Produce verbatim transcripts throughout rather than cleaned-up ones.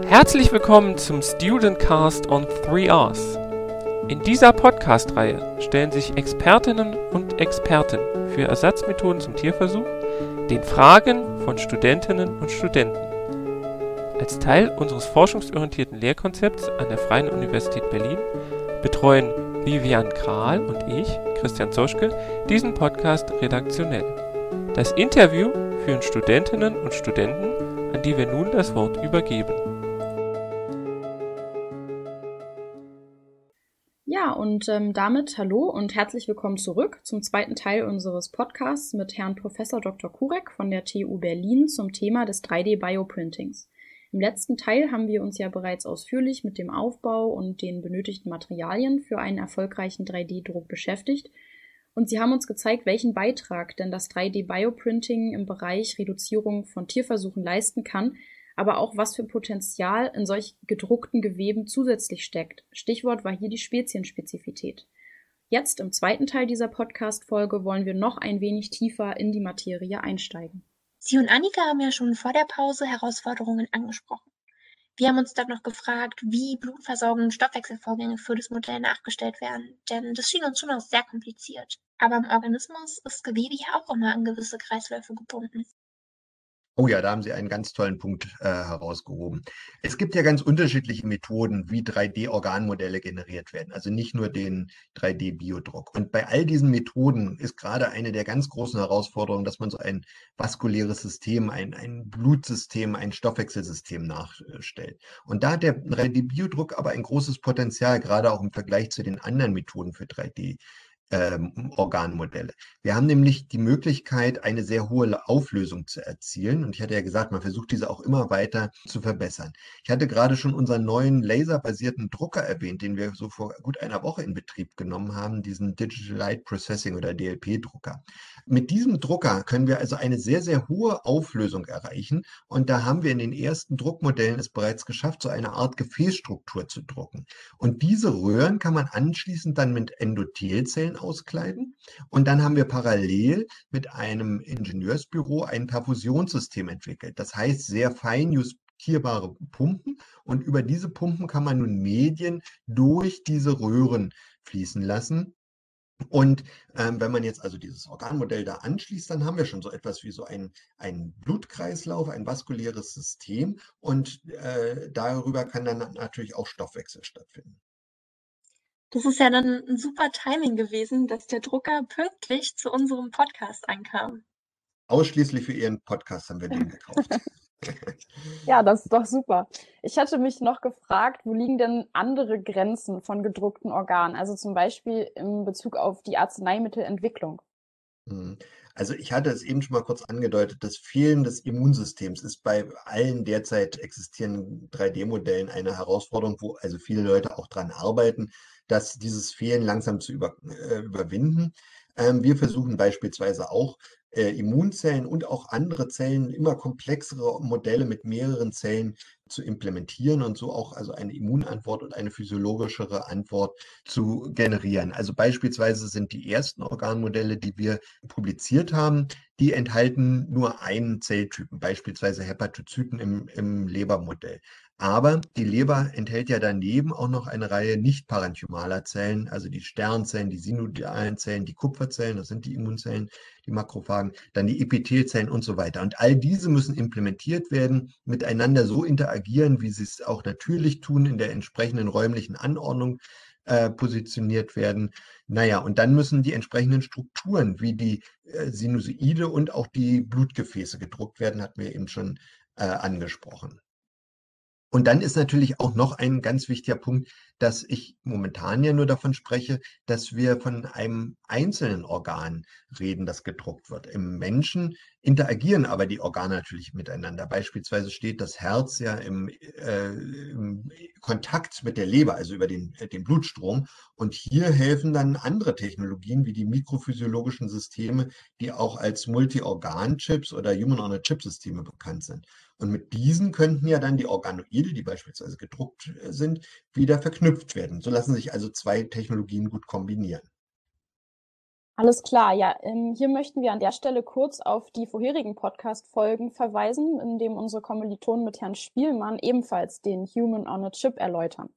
Herzlich willkommen zum Student Cast on three R's. In dieser Podcast-Reihe stellen sich Expertinnen und Experten für Ersatzmethoden zum Tierversuch den Fragen von Studentinnen und Studenten. Als Teil unseres forschungsorientierten Lehrkonzepts an der Freien Universität Berlin betreuen Vivian Kral und ich, Christian Zoschke, diesen Podcast redaktionell. Das Interview führen Studentinnen und Studenten, an die wir nun das Wort übergeben. Ja, und ähm, damit hallo und herzlich willkommen zurück zum zweiten Teil unseres Podcasts mit Herrn Professor Doktor Kurek von der T U Berlin zum Thema des drei D Bioprintings. Im letzten Teil haben wir uns ja bereits ausführlich mit dem Aufbau und den benötigten Materialien für einen erfolgreichen drei D Druck beschäftigt und Sie haben uns gezeigt, welchen Beitrag denn das drei D Bioprinting im Bereich Reduzierung von Tierversuchen leisten kann, aber auch was für Potenzial in solch gedruckten Geweben zusätzlich steckt. Stichwort war hier die Spezienspezifität. Jetzt im zweiten Teil dieser Podcast-Folge wollen wir noch ein wenig tiefer in die Materie einsteigen. Sie und Annika haben ja schon vor der Pause Herausforderungen angesprochen. Wir haben uns dann noch gefragt, wie Blutversorgung und Stoffwechselvorgänge für das Modell nachgestellt werden, denn das schien uns schon auch sehr kompliziert. Aber im Organismus ist Gewebe ja auch immer an gewisse Kreisläufe gebunden. Oh ja, da haben Sie einen ganz tollen Punkt äh, herausgehoben. Es gibt ja ganz unterschiedliche Methoden, wie drei D Organmodelle generiert werden, also nicht nur den drei D Biodruck. Und bei all diesen Methoden ist gerade eine der ganz großen Herausforderungen, dass man so ein vaskuläres System, ein, ein Blutsystem, ein Stoffwechselsystem nachstellt. Und da hat der drei D Biodruck aber ein großes Potenzial, gerade auch im Vergleich zu den anderen Methoden für drei D Ähm, Organmodelle. Wir haben nämlich die Möglichkeit, eine sehr hohe Auflösung zu erzielen. Und ich hatte ja gesagt, man versucht diese auch immer weiter zu verbessern. Ich hatte gerade schon unseren neuen laserbasierten Drucker erwähnt, den wir so vor gut einer Woche in Betrieb genommen haben, diesen Digital Light Processing oder D L P-Drucker. Mit diesem Drucker können wir also eine sehr, sehr hohe Auflösung erreichen. Und da haben wir in den ersten Druckmodellen es bereits geschafft, so eine Art Gefäßstruktur zu drucken. Und diese Röhren kann man anschließend dann mit Endothelzellen auskleiden. Und dann haben wir parallel mit einem Ingenieursbüro ein Perfusionssystem entwickelt. Das heißt, sehr fein justierbare Pumpen. Und über diese Pumpen kann man nun Medien durch diese Röhren fließen lassen. Und ähm, wenn man jetzt also dieses Organmodell da anschließt, dann haben wir schon so etwas wie so ein, ein Blutkreislauf, ein vaskuläres System. Und äh, darüber kann dann natürlich auch Stoffwechsel stattfinden. Das ist ja dann ein super Timing gewesen, dass der Drucker pünktlich zu unserem Podcast ankam. Ausschließlich für Ihren Podcast haben wir den gekauft. Ja, das ist doch super. Ich hatte mich noch gefragt, wo liegen denn andere Grenzen von gedruckten Organen? Also zum Beispiel in Bezug auf die Arzneimittelentwicklung. Also ich hatte es eben schon mal kurz angedeutet, das Fehlen des Immunsystems ist bei allen derzeit existierenden drei D Modellen eine Herausforderung, wo also viele Leute auch dran arbeiten, dass dieses Fehlen langsam zu über, äh, überwinden. Ähm, wir versuchen beispielsweise auch äh, Immunzellen und auch andere Zellen, immer komplexere Modelle mit mehreren Zellen zu implementieren und so auch also eine Immunantwort und eine physiologischere Antwort zu generieren. Also beispielsweise sind die ersten Organmodelle, die wir publiziert haben, die enthalten nur einen Zelltypen, beispielsweise Hepatozyten im, im Lebermodell. Aber die Leber enthält ja daneben auch noch eine Reihe nicht-parenchymaler Zellen, also die Sternzellen, die synodialen Zellen, die Kupferzellen, das sind die Immunzellen, die Makrophagen, dann die Epithelzellen und so weiter. Und all diese müssen implementiert werden, miteinander so interagieren, wie sie es auch natürlich tun, in der entsprechenden räumlichen Anordnung äh, positioniert werden. Naja, und dann müssen die entsprechenden Strukturen wie die äh, Sinusoide und auch die Blutgefäße gedruckt werden, hatten wir eben schon äh, angesprochen. Und dann ist natürlich auch noch ein ganz wichtiger Punkt, dass ich momentan ja nur davon spreche, dass wir von einem einzelnen Organ reden, das gedruckt wird. Im Menschen interagieren aber die Organe natürlich miteinander. Beispielsweise steht das Herz ja im, äh, im Kontakt mit der Leber, also über den, äh, den Blutstrom. Und hier helfen dann andere Technologien wie die mikrophysiologischen Systeme, die auch als Multi-Organ-Chips oder Human-on-a-Chip-Systeme bekannt sind. Und mit diesen könnten ja dann die Organoide, die beispielsweise gedruckt sind, wieder verknüpft werden. So lassen sich also zwei Technologien gut kombinieren. Alles klar, ja. Ähm, hier möchten wir an der Stelle kurz auf die vorherigen Podcast-Folgen verweisen, in dem unsere Kommilitonen mit Herrn Spielmann ebenfalls den Human on a Chip erläutern.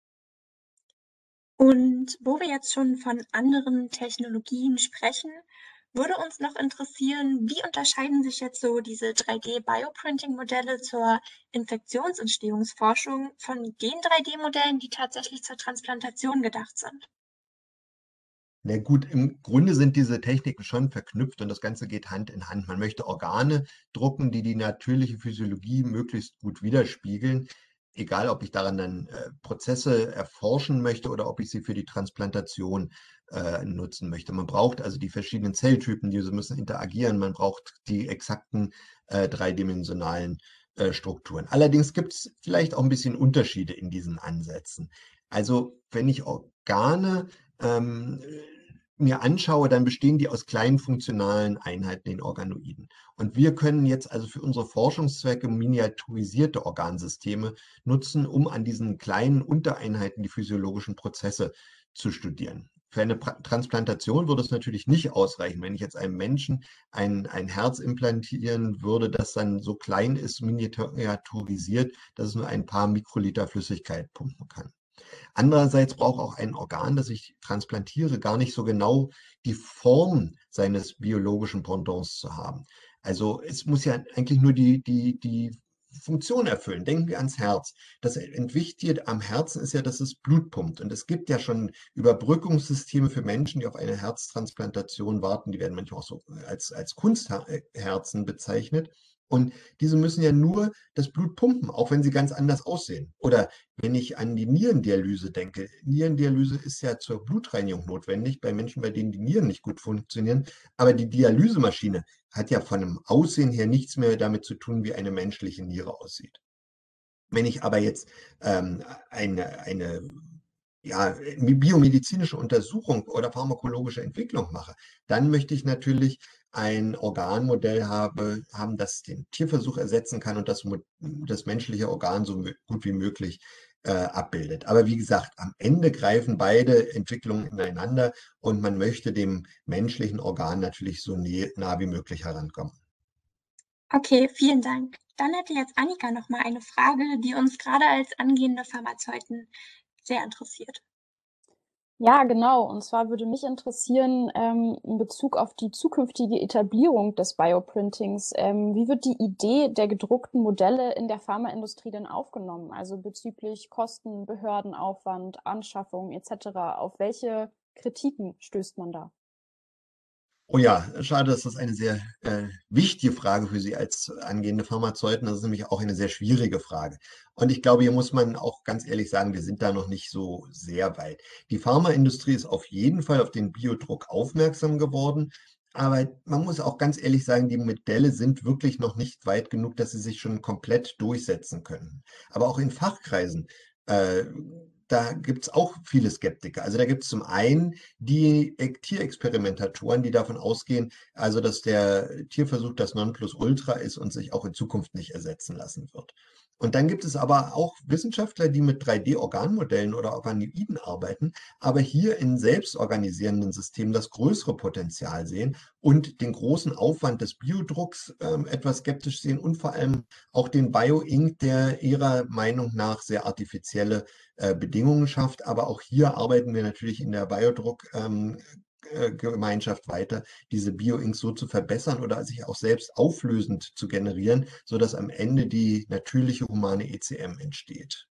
Und wo wir jetzt schon von anderen Technologien sprechen, würde uns noch interessieren, wie unterscheiden sich jetzt so diese drei D-Bioprinting-Modelle zur Infektionsentstehungsforschung von den drei D-Modellen, die tatsächlich zur Transplantation gedacht sind? Na gut, im Grunde sind diese Techniken schon verknüpft und das Ganze geht Hand in Hand. Man möchte Organe drucken, die die natürliche Physiologie möglichst gut widerspiegeln, egal ob ich daran dann äh, Prozesse erforschen möchte oder ob ich sie für die Transplantation äh, nutzen möchte. Man braucht also die verschiedenen Zelltypen, diese müssen interagieren, man braucht die exakten äh, dreidimensionalen äh, Strukturen. Allerdings gibt es vielleicht auch ein bisschen Unterschiede in diesen Ansätzen. Also wenn ich Organe ähm, mir anschaue, dann bestehen die aus kleinen funktionalen Einheiten, den Organoiden. Und wir können jetzt also für unsere Forschungszwecke miniaturisierte Organsysteme nutzen, um an diesen kleinen Untereinheiten die physiologischen Prozesse zu studieren. Für eine pra Transplantation würde es natürlich nicht ausreichen, wenn ich jetzt einem Menschen ein, ein Herz implantieren würde, das dann so klein ist, miniaturisiert, dass es nur ein paar Mikroliter Flüssigkeit pumpen kann. Andererseits braucht auch ein Organ, das ich transplantiere, gar nicht so genau die Form seines biologischen Pendants zu haben. Also es muss ja eigentlich nur die, die, die Funktion erfüllen. Denken wir ans Herz. Das Entwichtige am Herzen ist ja, dass es Blut pumpt. Und es gibt ja schon Überbrückungssysteme für Menschen, die auf eine Herztransplantation warten. Die werden manchmal auch so als, als Kunstherzen bezeichnet. Und diese müssen ja nur das Blut pumpen, auch wenn sie ganz anders aussehen. Oder wenn ich an die Nierendialyse denke, Nierendialyse ist ja zur Blutreinigung notwendig bei Menschen, bei denen die Nieren nicht gut funktionieren. Aber die Dialysemaschine hat ja von dem Aussehen her nichts mehr damit zu tun, wie eine menschliche Niere aussieht. Wenn ich aber jetzt ähm, eine, eine ja, biomedizinische Untersuchung oder pharmakologische Entwicklung mache, dann möchte ich natürlich ein Organmodell habe, haben, das den Tierversuch ersetzen kann und das, das menschliche Organ so gut wie möglich äh, abbildet. Aber wie gesagt, am Ende greifen beide Entwicklungen ineinander und man möchte dem menschlichen Organ natürlich so nah wie möglich herankommen. Okay, vielen Dank. Dann hätte jetzt Annika noch mal eine Frage, die uns gerade als angehende Pharmazeuten sehr interessiert. Ja, genau. Und zwar würde mich interessieren, ähm, in Bezug auf die zukünftige Etablierung des Bioprintings, ähm, wie wird die Idee der gedruckten Modelle in der Pharmaindustrie denn aufgenommen? Also bezüglich Kosten, Behördenaufwand, Anschaffung et cetera. Auf welche Kritiken stößt man da? Oh ja, schade, das ist eine sehr äh, wichtige Frage für Sie als angehende Pharmazeuten. Das ist nämlich auch eine sehr schwierige Frage. Und ich glaube, hier muss man auch ganz ehrlich sagen, wir sind da noch nicht so sehr weit. Die Pharmaindustrie ist auf jeden Fall auf den Biodruck aufmerksam geworden. Aber man muss auch ganz ehrlich sagen, die Modelle sind wirklich noch nicht weit genug, dass sie sich schon komplett durchsetzen können. Aber auch in Fachkreisen, äh, da gibt es auch viele Skeptiker. Also da gibt es zum einen die Ex- Tierexperimentatoren, die davon ausgehen, also dass der Tierversuch das Nonplusultra ist und sich auch in Zukunft nicht ersetzen lassen wird. Und dann gibt es aber auch Wissenschaftler, die mit drei D-Organmodellen oder Organoiden arbeiten, aber hier in selbstorganisierenden Systemen das größere Potenzial sehen und den großen Aufwand des Biodrucks ähm, etwas skeptisch sehen und vor allem auch den Bioink, der ihrer Meinung nach sehr artifizielle äh, Bedingungen schafft. Aber auch hier arbeiten wir natürlich in der Biodruck ähm, äh, Gemeinschaft weiter, diese Bioinks so zu verbessern oder sich auch selbst auflösend zu generieren, sodass am Ende die natürliche humane E C M entsteht.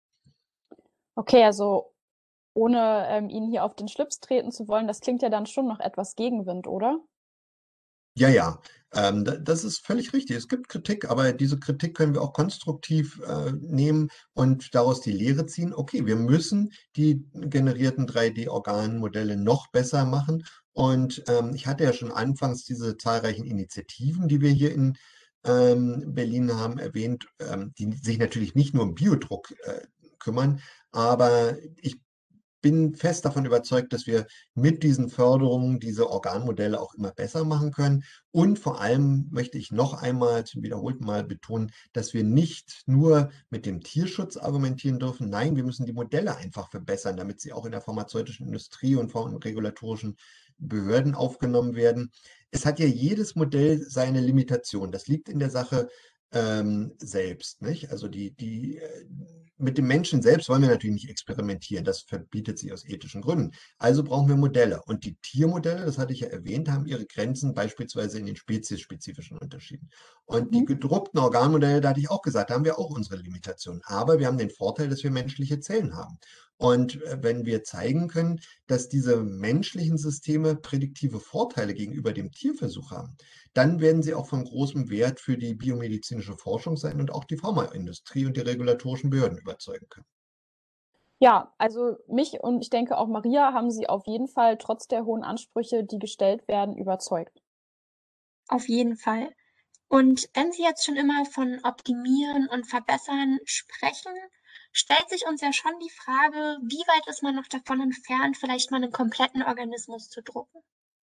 Okay, also ohne ähm, Ihnen hier auf den Schlips treten zu wollen, das klingt ja dann schon noch etwas Gegenwind, oder? Ja, ja, ähm, da- das ist völlig richtig. Es gibt Kritik, aber diese Kritik können wir auch konstruktiv äh, nehmen und daraus die Lehre ziehen. Okay, wir müssen die generierten drei D-Organmodelle noch besser machen. Und ähm, ich hatte ja schon anfangs diese zahlreichen Initiativen, die wir hier in ähm, Berlin haben, erwähnt, ähm, die sich natürlich nicht nur um Biodruck äh, kümmern, aber ich bin fest davon überzeugt, dass wir mit diesen Förderungen diese Organmodelle auch immer besser machen können. Und vor allem möchte ich noch einmal zum wiederholten Mal betonen, dass wir nicht nur mit dem Tierschutz argumentieren dürfen. Nein, wir müssen die Modelle einfach verbessern, damit sie auch in der pharmazeutischen Industrie und vom regulatorischen Behörden aufgenommen werden. Es hat ja jedes Modell seine Limitation. Das liegt in der Sache ähm, selbst, nicht? Also die, die, äh, mit dem Menschen selbst wollen wir natürlich nicht experimentieren. Das verbietet sich aus ethischen Gründen. Also brauchen wir Modelle. Und die Tiermodelle, das hatte ich ja erwähnt, haben ihre Grenzen beispielsweise in den speziesspezifischen Unterschieden. Und die Mhm. gedruckten Organmodelle, da hatte ich auch gesagt, da haben wir auch unsere Limitationen. Aber wir haben den Vorteil, dass wir menschliche Zellen haben. Und äh, wenn wir zeigen können, dass diese menschlichen Systeme prädiktive Vorteile gegenüber dem Tierversuch haben, dann werden sie auch von großem Wert für die biomedizinische Forschung sein und auch die Pharmaindustrie und die regulatorischen Behörden überzeugen können. Ja, also mich und ich denke auch Maria haben Sie auf jeden Fall trotz der hohen Ansprüche, die gestellt werden, überzeugt. Auf jeden Fall. Und wenn Sie jetzt schon immer von Optimieren und Verbessern sprechen, stellt sich uns ja schon die Frage, wie weit ist man noch davon entfernt, vielleicht mal einen kompletten Organismus zu drucken?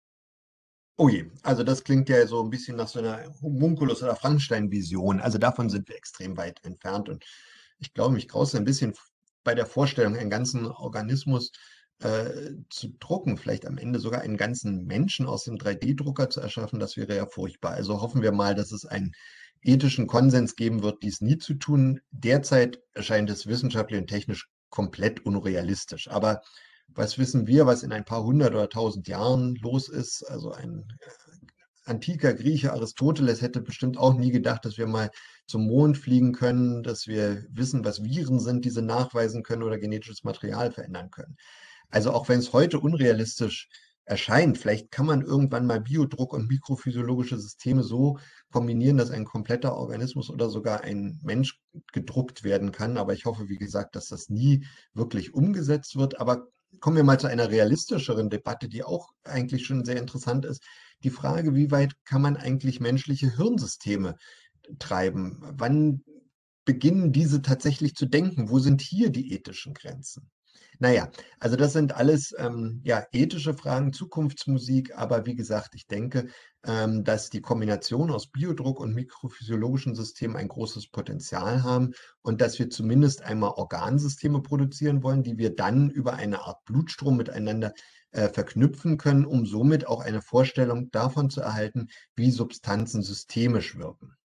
Oh je, also das klingt ja so ein bisschen nach so einer Homunculus- oder Frankenstein-Vision. Also davon sind wir extrem weit entfernt. Und ich glaube, mich graust ein bisschen bei der Vorstellung, einen ganzen Organismus äh, zu drucken, vielleicht am Ende sogar einen ganzen Menschen aus dem drei D-Drucker zu erschaffen. Das wäre ja furchtbar. Also hoffen wir mal, dass es einen ethischen Konsens geben wird, dies nie zu tun. Derzeit erscheint es wissenschaftlich und technisch komplett unrealistisch. Aber was wissen wir, was in ein paar hundert oder tausend Jahren los ist? Also ein äh, antiker Grieche Aristoteles hätte bestimmt auch nie gedacht, dass wir mal zum Mond fliegen können, dass wir wissen, was Viren sind, diese nachweisen können oder genetisches Material verändern können. Also auch wenn es heute unrealistisch erscheint, vielleicht kann man irgendwann mal Biodruck und mikrophysiologische Systeme so kombinieren, dass ein kompletter Organismus oder sogar ein Mensch gedruckt werden kann. Aber ich hoffe, wie gesagt, dass das nie wirklich umgesetzt wird. Aber kommen wir mal zu einer realistischeren Debatte, die auch eigentlich schon sehr interessant ist. Die Frage, wie weit kann man eigentlich menschliche Hirnsysteme treiben? Wann beginnen diese tatsächlich zu denken? Wo sind hier die ethischen Grenzen? Naja, also das sind alles ähm, ja, ethische Fragen, Zukunftsmusik, aber wie gesagt, ich denke, ähm, dass die Kombination aus Biodruck und mikrophysiologischen Systemen ein großes Potenzial haben und dass wir zumindest einmal Organsysteme produzieren wollen, die wir dann über eine Art Blutstrom miteinander äh, verknüpfen können, um somit auch eine Vorstellung davon zu erhalten, wie Substanzen systemisch wirken.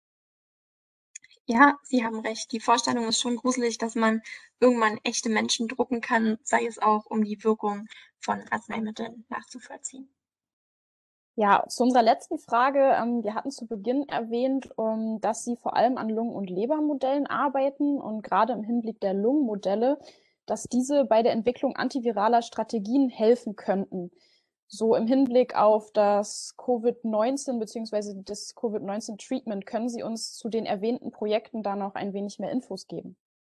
Ja, Sie haben recht. Die Vorstellung ist schon gruselig, dass man irgendwann echte Menschen drucken kann, sei es auch, um die Wirkung von Arzneimitteln nachzuvollziehen. Ja, zu unserer letzten Frage. Ähm, wir hatten zu Beginn erwähnt, um, dass Sie vor allem an Lungen- und Lebermodellen arbeiten und gerade im Hinblick der Lungenmodelle, dass diese bei der Entwicklung antiviraler Strategien helfen könnten. So im Hinblick auf das Covid neunzehn beziehungsweise das Covid neunzehn Treatment, können Sie uns zu den erwähnten Projekten da noch ein wenig mehr Infos geben?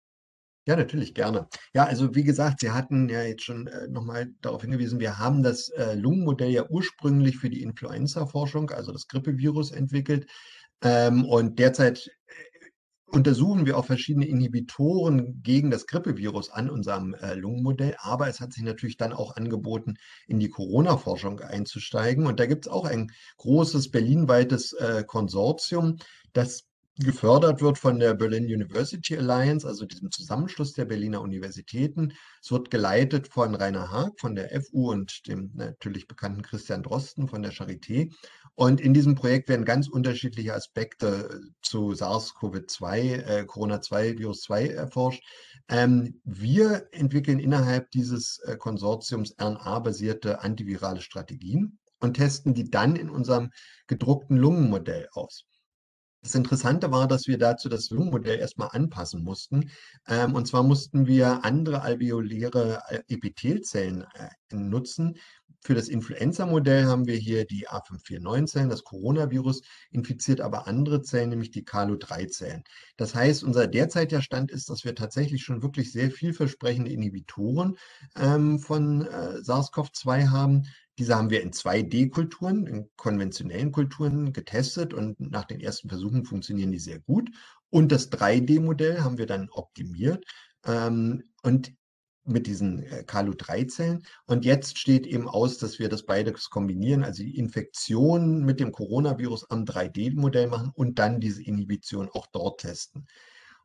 Ja, natürlich, gerne. Ja, also wie gesagt, Sie hatten ja jetzt schon äh, nochmal darauf hingewiesen, wir haben das äh, Lungenmodell ja ursprünglich für die Influenza-Forschung, also das Grippevirus, entwickelt. Ähm, und derzeit äh, untersuchen wir auch verschiedene Inhibitoren gegen das Grippevirus an unserem äh, Lungenmodell. Aber es hat sich natürlich dann auch angeboten, in die Corona-Forschung einzusteigen. Und da gibt es auch ein großes berlinweites äh, Konsortium, das gefördert wird von der Berlin University Alliance, also diesem Zusammenschluss der Berliner Universitäten. Es wird geleitet von Rainer Haag von der F U und dem natürlich bekannten Christian Drosten von der Charité. Und in diesem Projekt werden ganz unterschiedliche Aspekte zu SARS-CoV zwei, äh, Corona zwei, Virus zwei erforscht. Ähm, wir entwickeln innerhalb dieses äh, Konsortiums R N A-basierte antivirale Strategien und testen die dann in unserem gedruckten Lungenmodell aus. Das Interessante war, dass wir dazu das Lungenmodell erstmal anpassen mussten. Ähm, und zwar mussten wir andere alveoläre äh, Epithelzellen äh, nutzen. Für das Influenza-Modell haben wir hier die A fünf vier neun-Zellen, das Coronavirus, infiziert aber andere Zellen, nämlich die Calu drei Zellen. Das heißt, unser derzeitiger Stand ist, dass wir tatsächlich schon wirklich sehr vielversprechende Inhibitoren ähm, von äh, SARS-CoV zwei haben. Diese haben wir in zwei D-Kulturen, in konventionellen Kulturen getestet und nach den ersten Versuchen funktionieren die sehr gut. Und das drei D-Modell haben wir dann optimiert ähm, und mit diesen äh, Calu drei Zellen. Und jetzt steht eben aus, dass wir das beides kombinieren, also die Infektion mit dem Coronavirus am drei D-Modell machen und dann diese Inhibition auch dort testen.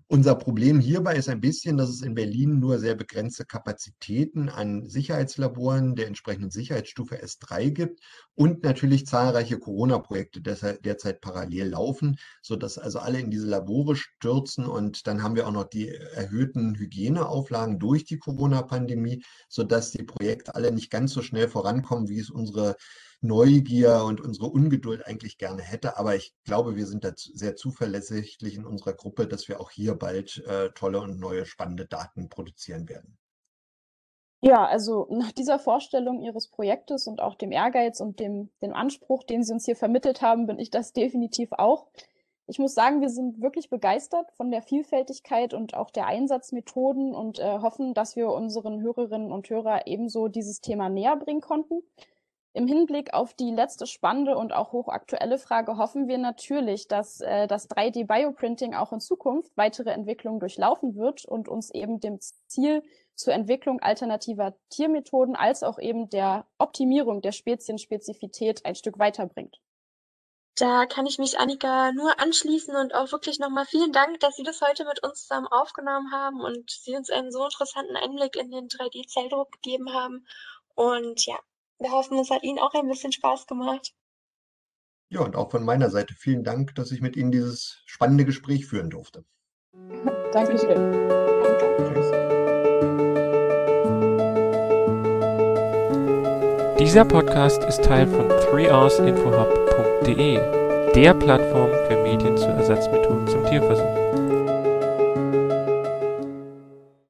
Unser Problem hierbei ist ein bisschen, dass es in Berlin nur sehr begrenzte Kapazitäten an Sicherheitslaboren der entsprechenden Sicherheitsstufe S drei gibt und natürlich zahlreiche Corona-Projekte derzeit parallel laufen, sodass also alle in diese Labore stürzen und dann haben wir auch noch die erhöhten Hygieneauflagen durch die Corona-Pandemie, sodass die Projekte alle nicht ganz so schnell vorankommen, wie es unsere Neugier und unsere Ungeduld eigentlich gerne hätte. Aber ich glaube, wir sind da sehr zuverlässig in unserer Gruppe, dass wir auch hier bald äh, tolle und neue spannende Daten produzieren werden. Ja, also nach dieser Vorstellung Ihres Projektes und auch dem Ehrgeiz und dem, dem Anspruch, den Sie uns hier vermittelt haben, bin ich das definitiv auch. Ich muss sagen, wir sind wirklich begeistert von der Vielfältigkeit und auch der Einsatzmethoden und äh, hoffen, dass wir unseren Hörerinnen und Hörern ebenso dieses Thema näher bringen konnten. Im Hinblick auf die letzte spannende und auch hochaktuelle Frage hoffen wir natürlich, dass äh, das drei D Bioprinting auch in Zukunft weitere Entwicklungen durchlaufen wird und uns eben dem Ziel zur Entwicklung alternativer Tiermethoden als auch eben der Optimierung der Spezienspezifität ein Stück weiterbringt. Da kann ich mich Annika nur anschließen und auch wirklich nochmal vielen Dank, dass Sie das heute mit uns zusammen aufgenommen haben und Sie uns einen so interessanten Einblick in den drei D Zelldruck gegeben haben. Und ja, wir hoffen, es hat Ihnen auch ein bisschen Spaß gemacht. Ja, und auch von meiner Seite vielen Dank, dass ich mit Ihnen dieses spannende Gespräch führen durfte. Dankeschön. Tschüss. Dieser Podcast ist Teil von three R's Infohub punkt de, der Plattform für Medien zu Ersatzmethoden zum Tierversuch.